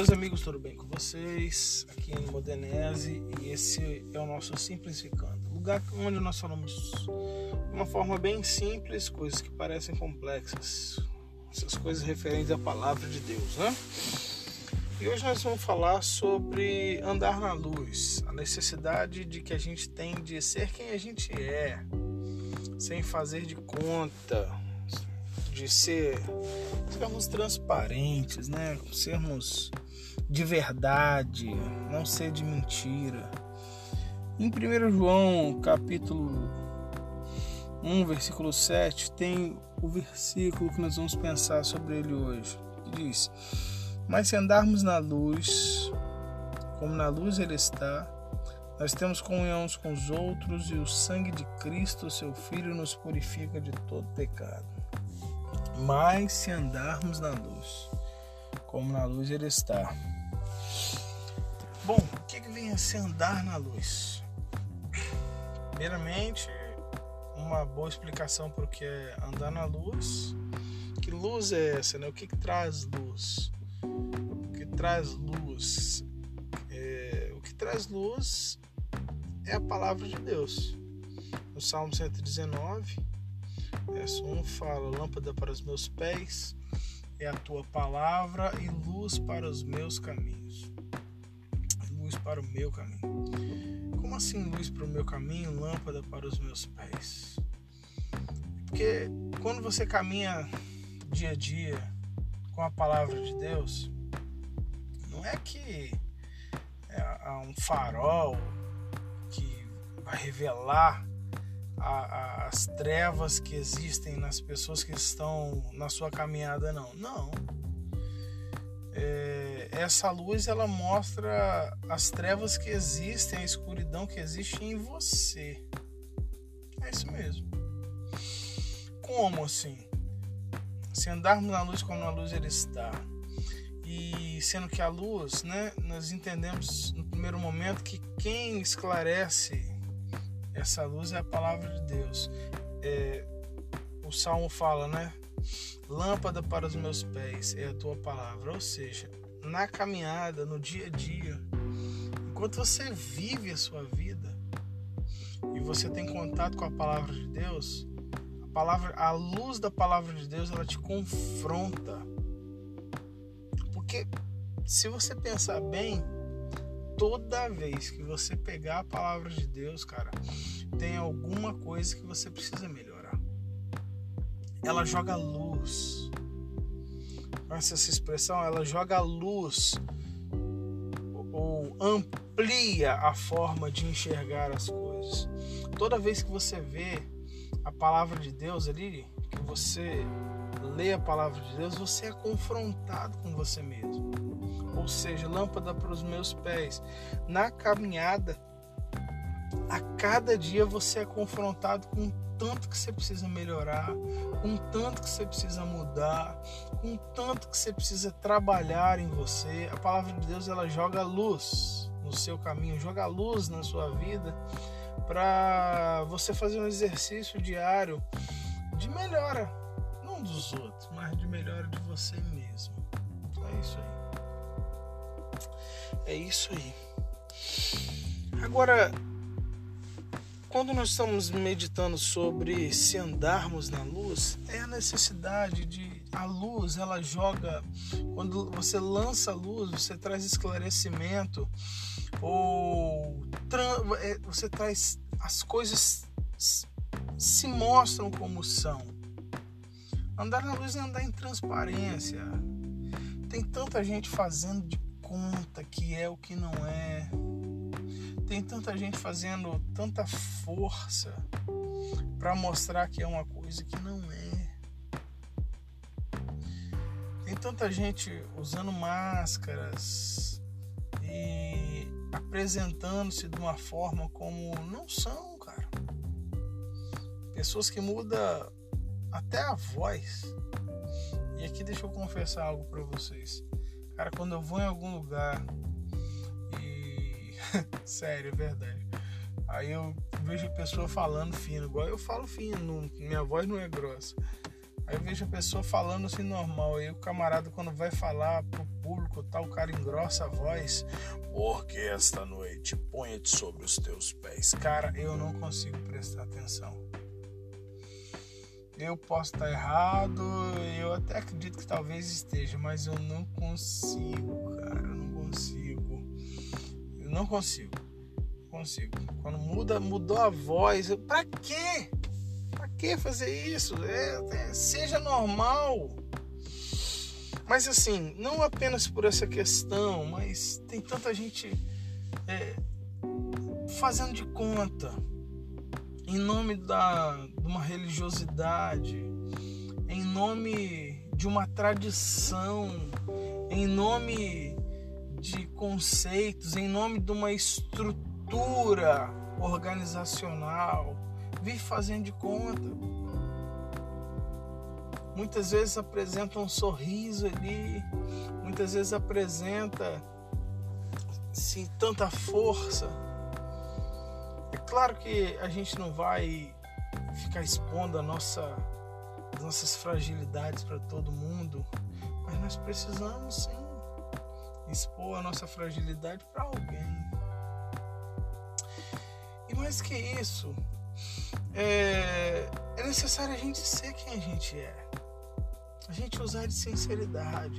meus amigos, tudo bem com vocês? Aqui em Modenese, e esse é o nosso Simplificando, lugar onde nós falamos de uma forma bem simples, coisas que parecem complexas, essas coisas referentes à palavra de Deus, né? E hoje nós vamos falar sobre andar na luz, a necessidade de que a gente tem de ser quem a gente é, sem fazer de conta, de sermos transparentes, né? Sermos de verdade, não ser de mentira. Em 1 João, capítulo 1, versículo 7, tem o versículo que nós vamos pensar sobre ele hoje, que diz: mas se andarmos na luz, como na luz ele está, nós temos comunhão uns com os outros, e o sangue de Cristo, seu Filho, nos purifica de todo pecado. Mas se andarmos na luz, como na luz ele está. Bom, o que vem a ser andar na luz? Primeiramente, uma boa explicação para o que é andar na luz. Que luz é essa, né? O que traz luz? O que traz luz? O que traz luz é a palavra de Deus. No Salmo 119, verso 1 fala: lâmpada para os meus pés é a tua palavra e luz para os meus caminhos. Luz para o meu caminho. Como assim luz para o meu caminho, lâmpada para os meus pés? Porque quando você caminha dia a dia com a palavra de Deus, não é que há um farol que vai revelar as trevas que existem nas pessoas que estão na sua caminhada, não. Essa luz, ela mostra as trevas que existem, a escuridão que existe em você. É isso mesmo. Como assim? Se andarmos na luz como na luz ele está, e sendo que a luz, né, nós entendemos no primeiro momento que quem esclarece essa luz é a palavra de Deus. O Salmo fala, né? Lâmpada para os meus pés é a tua palavra. Ou seja, na caminhada, no dia a dia, enquanto você vive a sua vida e você tem contato com a palavra de Deus, a luz da palavra de Deus, ela te confronta. Porque se você pensar bem, toda vez que você pegar a palavra de Deus, cara, tem alguma coisa que você precisa melhorar. Ela joga luz. Essa expressão, ela joga luz ou amplia a forma de enxergar as coisas. Toda vez que você vê a palavra de Deus ali, que você lê a palavra de Deus, você é confrontado com você mesmo. Ou seja, lâmpada para os meus pés. Na caminhada, a cada dia você é confrontado com o tanto que você precisa melhorar, com o tanto que você precisa mudar, com o tanto que você precisa trabalhar em você. A palavra de Deus, ela joga luz no seu caminho, joga luz na sua vida, para você fazer um exercício diário de melhora, não dos outros, mas de melhora de você mesmo. É isso aí. É isso aí. Agora, quando nós estamos meditando sobre se andarmos na luz, é a necessidade de... A luz, ela joga... Quando você lança a luz, você traz esclarecimento, ou você traz... As coisas se mostram como são. Andar na luz é andar em transparência. Tem tanta gente fazendo de conta que é o que não é. Tem tanta gente fazendo tanta força para mostrar que é uma coisa que não é. Tem tanta gente usando máscaras e apresentando-se de uma forma como não são, cara. Pessoas que mudam até a voz. E aqui deixa eu confessar algo para vocês. Cara, quando eu vou em algum lugar e... Sério, é verdade. Aí eu vejo a pessoa falando fino, igual eu falo fino, minha voz não é grossa. Aí eu vejo a pessoa falando assim normal. Aí o camarada, quando vai falar pro público, o cara engrossa a voz. Porque esta noite ponha-te sobre os teus pés. Cara, eu não consigo prestar atenção. Eu posso estar errado, eu até acredito que talvez esteja, mas eu não consigo, cara. Eu não consigo. Quando mudou a voz, pra quê? Pra que fazer isso? Seja normal. Mas assim, não apenas por essa questão, mas tem tanta gente fazendo de conta, em nome de uma religiosidade, em nome de uma tradição, em nome de conceitos, em nome de uma estrutura organizacional, vive fazendo de conta. Muitas vezes apresenta um sorriso ali, muitas vezes apresenta assim, tanta força. É claro que a gente não vai ficar expondo as nossas fragilidades para todo mundo, mas nós precisamos sim expor a nossa fragilidade para alguém. E mais que isso, é necessário a gente ser quem a gente é, a gente usar de sinceridade.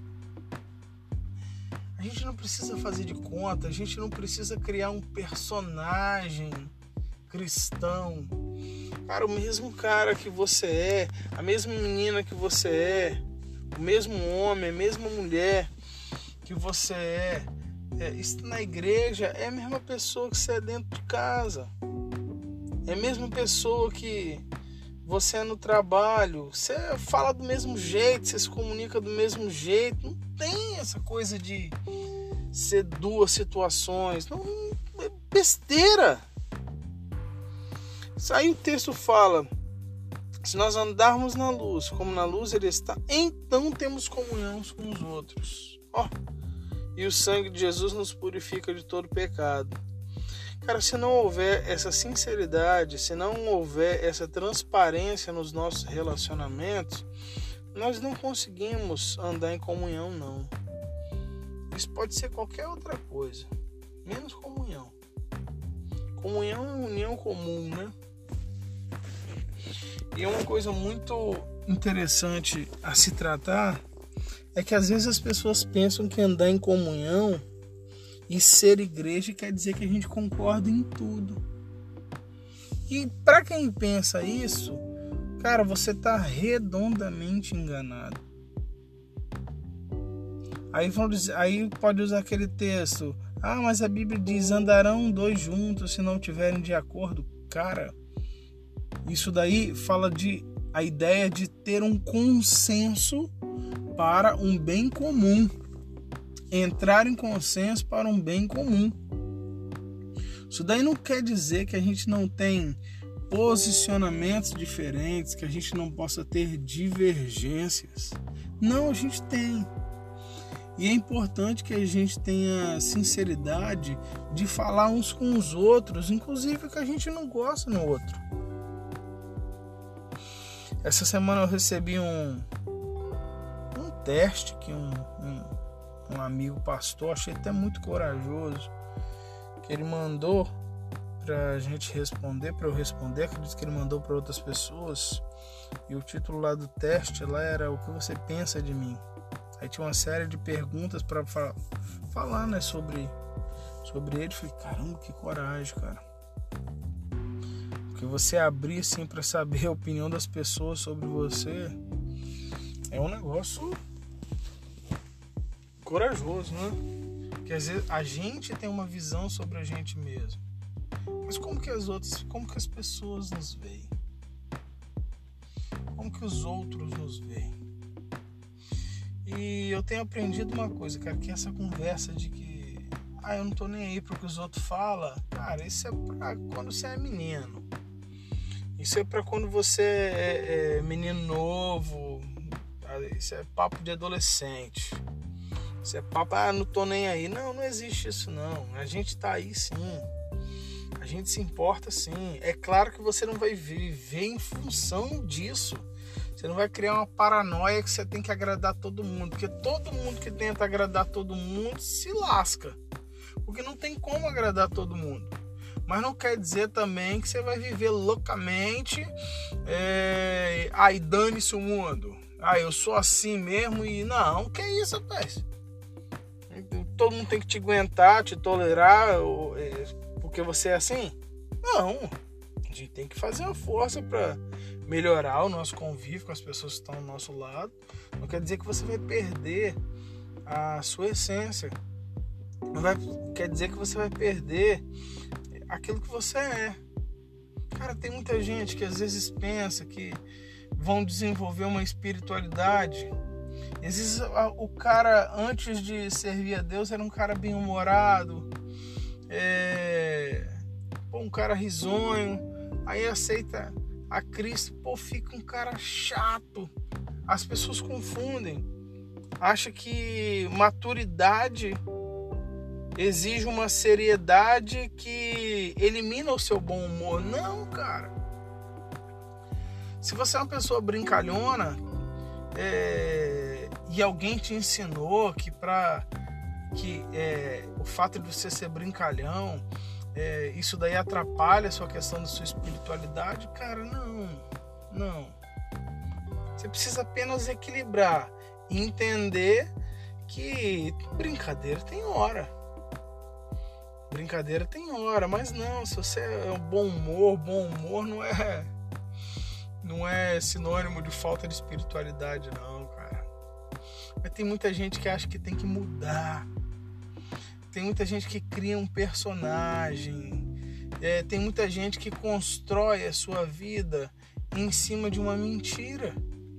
A gente não precisa fazer de conta, a gente não precisa criar um personagem cristão. Cara, o mesmo cara que você é, a mesma menina que você é, o mesmo homem, a mesma mulher que você isso na igreja é a mesma pessoa que você é dentro de casa. É a mesma pessoa que você é no trabalho. Você fala do mesmo jeito, você se comunica do mesmo jeito. Não tem essa coisa de ser duas situações. Não, é besteira. Aí o texto fala: se nós andarmos na luz, como na luz ele está, então temos comunhão uns com os outros. E o sangue de Jesus nos purifica de todo pecado. Cara, se não houver essa sinceridade, se não houver essa transparência nos nossos relacionamentos, nós não conseguimos andar em comunhão, não. Isso pode ser qualquer outra coisa, menos comunhão. Comunhão é união comum, né? E uma coisa muito interessante a se tratar é que às vezes as pessoas pensam que andar em comunhão e ser igreja quer dizer que a gente concorda em tudo. E para quem pensa isso, cara, você está redondamente enganado. Aí pode usar aquele texto: mas a Bíblia diz, andarão dois juntos se não tiverem de acordo. Cara, isso daí fala a ideia de ter um consenso para um bem comum. Entrar em consenso para um bem comum. Isso daí não quer dizer que a gente não tem posicionamentos diferentes, que a gente não possa ter divergências. Não, a gente tem. E é importante que a gente tenha sinceridade de falar uns com os outros, inclusive que a gente não gosta no outro. Essa semana eu recebi um teste que um amigo pastor, achei até muito corajoso, que ele mandou pra gente responder, para eu responder, acredito que ele mandou para outras pessoas, e o título lá do teste lá era: o que você pensa de mim? Aí tinha uma série de perguntas para falar, né, sobre ele. Falei, caramba, que coragem, cara. Porque você abrir assim para saber a opinião das pessoas sobre você é um negócio corajoso, né? Porque às vezes a gente tem uma visão sobre a gente mesmo, mas como que as pessoas nos veem? Como que os outros nos veem? E eu tenho aprendido uma coisa, cara, que essa conversa de que eu não tô nem aí pro que os outros falam, cara, isso é pra quando você é menino. Isso é pra quando você é menino novo. Isso é papo de adolescente. Isso é papo, não tô nem aí. Não existe isso não. A gente tá aí sim. A gente se importa sim. É claro que você não vai viver em função disso. Você não vai criar uma paranoia que você tem que agradar todo mundo. Porque todo mundo que tenta agradar todo mundo se lasca. Porque não tem como agradar todo mundo. Mas não quer dizer também que você vai viver loucamente. Aí dane-se o mundo. Eu sou assim mesmo e não, que isso, rapaz? Todo mundo tem que te aguentar, te tolerar porque você é assim? Não. A gente tem que fazer uma força para melhorar o nosso convívio com as pessoas que estão ao nosso lado. Não quer dizer que você vai perder a sua essência. Quer dizer que você vai perder aquilo que você é. Cara, tem muita gente que às vezes pensa que vão desenvolver uma espiritualidade. Às vezes o cara, antes de servir a Deus, era um cara bem-humorado, um cara risonho, aí aceita a Cristo, fica um cara chato. As pessoas confundem, acham que maturidade exige uma seriedade que elimina o seu bom humor. Não, cara. Se você é uma pessoa brincalhona, e alguém te ensinou que o fato de você ser brincalhão, isso daí atrapalha a sua questão da sua espiritualidade, cara, não. Você precisa apenas equilibrar e entender que brincadeira tem hora. Brincadeira tem hora, mas não, se você é bom humor não é sinônimo de falta de espiritualidade, não, cara. Mas tem muita gente que acha que tem que mudar. Tem muita gente que cria um personagem. Tem muita gente que constrói a sua vida em cima de uma mentira.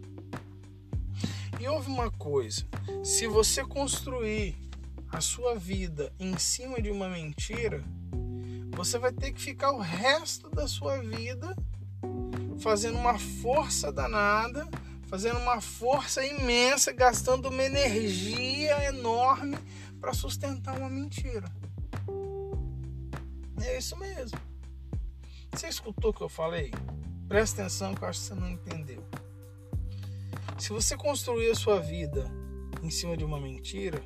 E houve uma coisa: se você construir a sua vida em cima de uma mentira, você vai ter que ficar o resto da sua vida fazendo uma força danada, fazendo uma força imensa, gastando uma energia enorme para sustentar uma mentira. É isso mesmo. Você escutou o que eu falei? Presta atenção que eu acho que você não entendeu. Se você construir a sua vida em cima de uma mentira,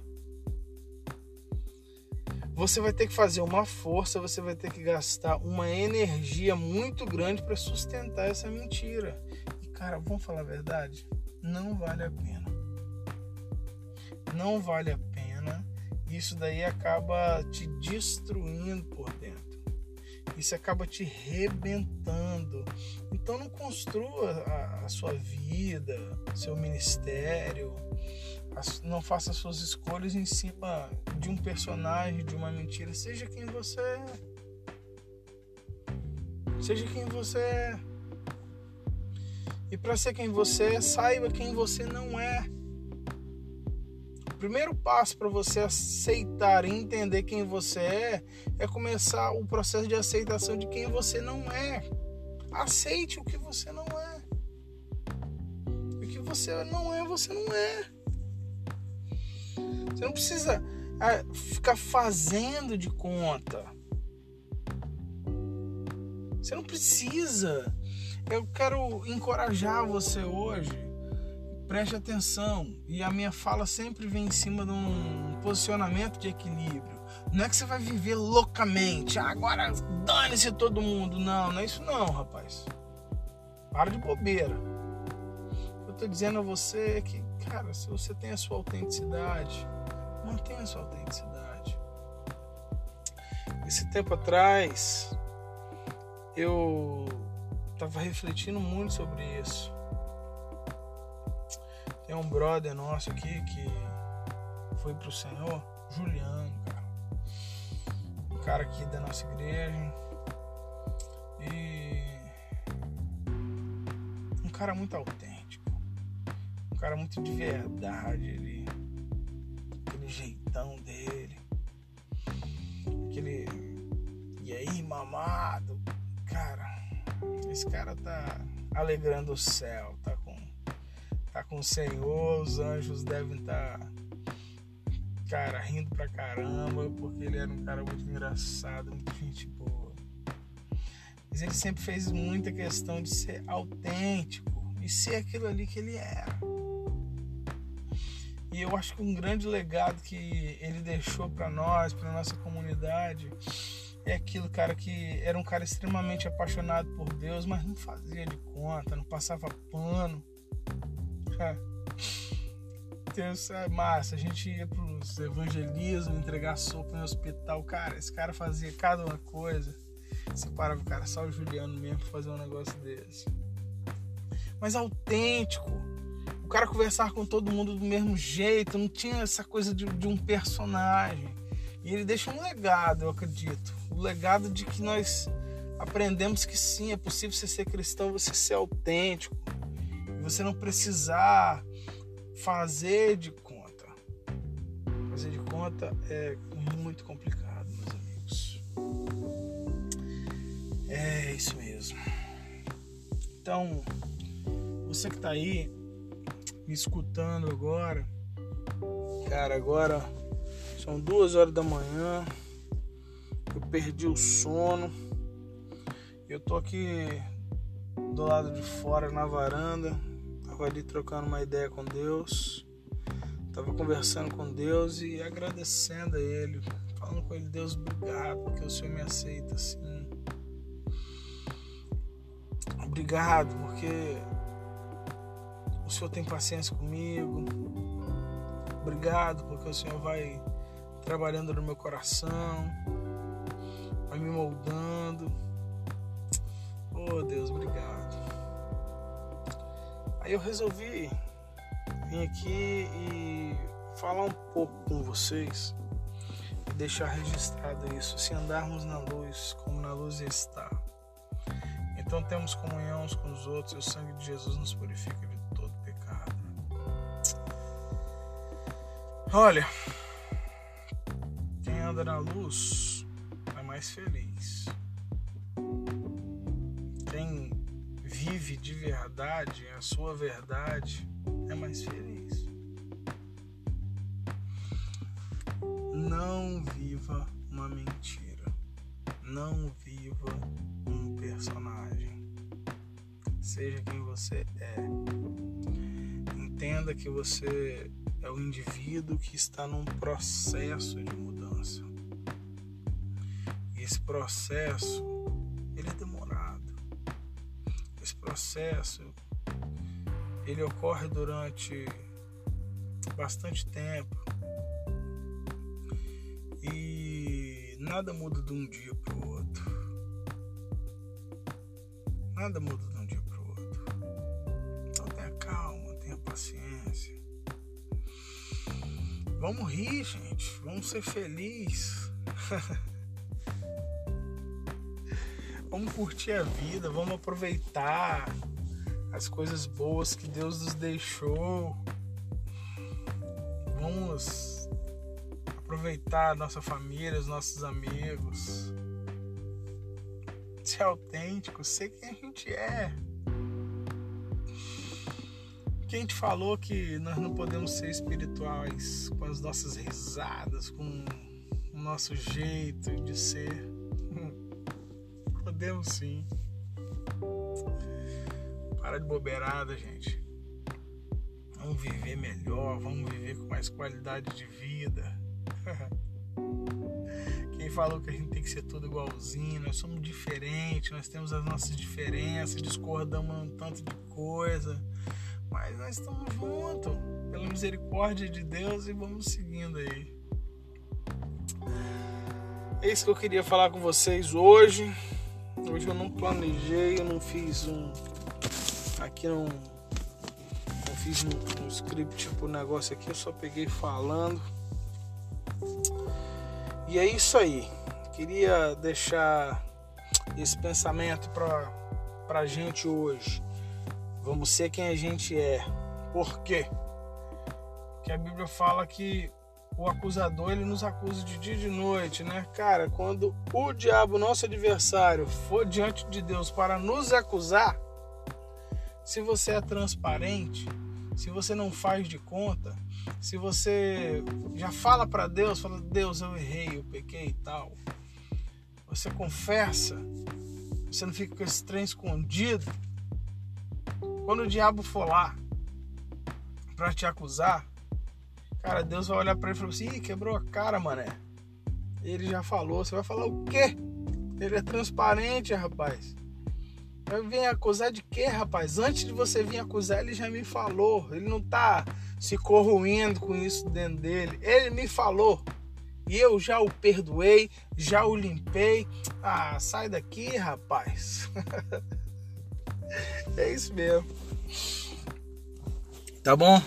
você vai ter que fazer uma força, você vai ter que gastar uma energia muito grande para sustentar essa mentira. E, cara, vamos falar a verdade? Não vale a pena. Não vale a pena. Isso daí acaba te destruindo por dentro. Isso acaba te rebentando. Então não construa a sua vida, seu ministério. Não faça suas escolhas em cima de um personagem, de uma mentira. Seja quem você é. Seja quem você é. E para ser quem você é, saiba quem você não é. O primeiro passo para você aceitar e entender quem você é começar o processo de aceitação de quem você não é. Aceite o que você não é. O que você não é, você não é. Você não precisa ficar fazendo de conta. Você não precisa. Eu quero encorajar você hoje. Preste atenção. E a minha fala sempre vem em cima de um posicionamento de equilíbrio. Não é que você vai viver loucamente. Agora dane-se todo mundo. Não é isso não, rapaz. Para de bobeira. Eu tô dizendo a você que, cara, se você tem a sua autenticidade, mantenha a sua autenticidade. Esse tempo atrás, eu estava refletindo muito sobre isso. Tem um brother nosso aqui que foi pro Senhor, Juliano, cara. Um cara aqui da nossa igreja. E um cara muito autêntico. Um cara muito de verdade. Aquele jeitão dele. E aí, mamado? Cara, esse cara tá alegrando o céu, tá com o Senhor, os anjos devem estar, cara, rindo pra caramba, porque ele era um cara muito engraçado, muito gente boa. Mas ele sempre fez muita questão de ser autêntico e ser aquilo ali que ele era. E eu acho que um grande legado que ele deixou para nós, para nossa comunidade, é aquilo, cara, que era um cara extremamente apaixonado por Deus, mas não fazia de conta, não passava pano. Deus é massa, a gente ia pros evangelismos, entregar sopa no hospital, cara, esse cara fazia cada uma coisa. Você parava, cara, só o Juliano mesmo pra fazer um negócio desse. Mas autêntico. O cara conversava com todo mundo do mesmo jeito, não tinha essa coisa de um personagem. E ele deixa um legado, eu acredito. O legado de que nós aprendemos que sim, é possível você ser cristão, você ser autêntico. E você não precisar fazer de conta. Fazer de conta é muito complicado, meus amigos. É isso mesmo. Então, você que tá aí me escutando agora, cara, agora são 2 horas da manhã, eu perdi o sono, eu tô aqui do lado de fora na varanda, tava ali trocando uma ideia com Deus, tava conversando com Deus e agradecendo a Ele, falando com Ele: Deus, obrigado porque o Senhor me aceita assim, obrigado porque o Senhor tem paciência comigo. Obrigado porque o Senhor vai trabalhando no meu coração, vai me moldando. Oh Deus, obrigado. Aí eu resolvi vir aqui e falar um pouco com vocês e deixar registrado isso. Se andarmos na luz, como na luz está, então temos comunhão uns com os outros e o sangue de Jesus nos purifica de todo pecado. Olha, quem anda na luz é mais feliz. Quem vive de verdade, a sua verdade, é mais feliz. Não viva uma mentira. Não viva um personagem. Seja quem você é. Entenda que você é o indivíduo que está num processo de mudança. E esse processo, ele é demorado. Esse processo, ele ocorre durante bastante tempo. E nada muda de um dia para o outro. Nada muda de um dia para o outro. Então tenha calma, tenha paciência. Vamos rir, gente. Vamos ser felizes. Vamos curtir a vida. Vamos aproveitar as coisas boas que Deus nos deixou. Vamos aproveitar a nossa família, os nossos amigos. Ser autêntico, ser quem a gente é. Quem te falou que nós não podemos ser espirituais com as nossas risadas, com o nosso jeito de ser? Podemos sim. Para de bobeirada, gente. Vamos viver melhor, vamos viver com mais qualidade de vida. Quem falou que a gente tem que ser tudo igualzinho? Nós somos diferentes, nós temos as nossas diferenças, discordamos um tanto de coisa, mas nós estamos juntos, pela misericórdia de Deus, e vamos seguindo aí. É isso que eu queria falar com vocês hoje. Hoje eu não planejei, eu não fiz não fiz um script pro negócio aqui, eu só peguei falando. E é isso aí. Queria deixar esse pensamento pra gente hoje. Vamos ser quem a gente é. Por quê? Porque a Bíblia fala que o acusador, ele nos acusa de dia e de noite, né? Cara, quando o diabo, nosso adversário, for diante de Deus para nos acusar, se você é transparente, se você não faz de conta, se você já fala para Deus, fala: Deus, eu errei, eu pequei e tal, você confessa, você não fica com esse trem escondido. Quando o diabo for lá pra te acusar, cara, Deus vai olhar pra ele e falar assim: ih, quebrou a cara, mané. Ele já falou. Você vai falar o quê? Ele é transparente, rapaz. Vai vir acusar de quê, rapaz? Antes de você vir acusar, ele já me falou. Ele não tá se corroendo com isso dentro dele. Ele me falou. E eu já o perdoei, já o limpei. Ah, sai daqui, rapaz. É isso mesmo. Tá bom?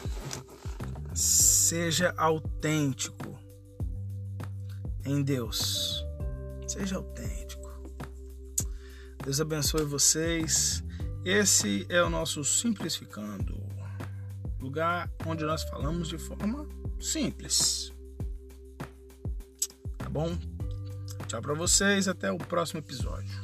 Seja autêntico em Deus. Seja autêntico. Deus abençoe vocês. Esse é o nosso Simplificando, lugar onde nós falamos de forma simples. Tá bom? Tchau pra vocês, até o próximo episódio.